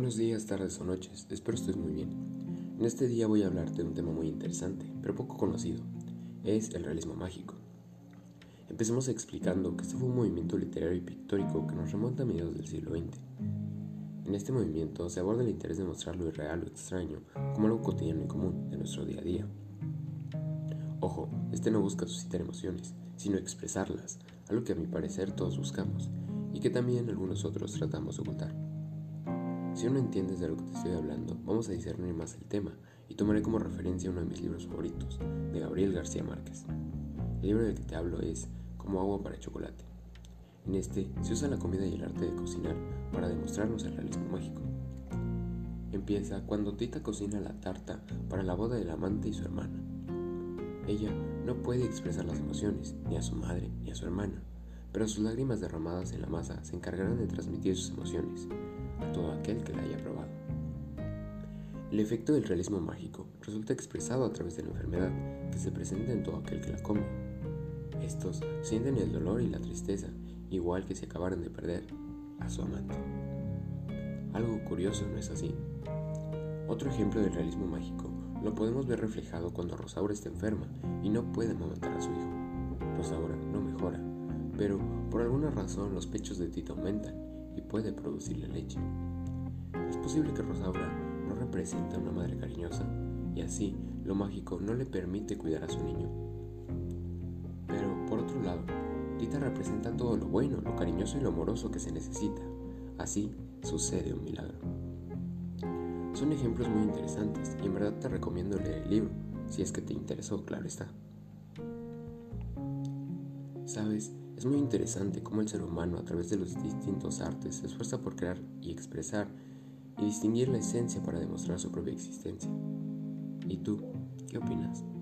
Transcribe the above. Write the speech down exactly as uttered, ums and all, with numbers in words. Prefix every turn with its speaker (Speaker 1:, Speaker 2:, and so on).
Speaker 1: Buenos días, tardes o noches, espero estés muy bien. En este día voy a hablarte de un tema muy interesante, pero poco conocido. Es el realismo mágico. Empecemos explicando que este fue un movimiento literario y pictórico que nos remonta a mediados del siglo veinte. En este movimiento se aborda el interés de mostrar lo irreal o extraño como algo cotidiano y común de nuestro día a día. Ojo, este no busca suscitar emociones, sino expresarlas, algo que a mi parecer todos buscamos y que también algunos otros tratamos de ocultar. Si aún no entiendes de lo que te estoy hablando, vamos a discernir más el tema y tomaré como referencia uno de mis libros favoritos, de Gabriel García Márquez. El libro del que te hablo es Como agua para chocolate. En este se usa la comida y el arte de cocinar para demostrarnos el realismo mágico. Empieza cuando Tita cocina la tarta para la boda del amante y su hermana. Ella no puede expresar las emociones, ni a su madre ni a su hermana, pero sus lágrimas derramadas en la masa se encargarán de transmitir sus emociones a todo aquel que la haya probado. El efecto del realismo mágico resulta expresado a través de la enfermedad que se presenta en todo aquel que la come. Estos sienten el dolor y la tristeza, igual que si acabaran de perder a su amante. Algo curioso, ¿no es así? Otro ejemplo del realismo mágico lo podemos ver reflejado cuando Rosaura está enferma y no puede amamantar a su hijo. Rosaura no mejora, pero por alguna razón los pechos de Tita aumentan y puede producirle leche. Es posible que Rosaura no representa a una madre cariñosa y así lo mágico no le permite cuidar a su niño. Pero por otro lado, Tita representa todo lo bueno, lo cariñoso y lo amoroso que se necesita. Así sucede un milagro. Son ejemplos muy interesantes y en verdad te recomiendo leer el libro, si es que te interesó, claro está. ¿Sabes? Es muy interesante cómo el ser humano, a través de los distintos artes, se esfuerza por crear y expresar y distinguir la esencia para demostrar su propia existencia. ¿Y tú, qué opinas?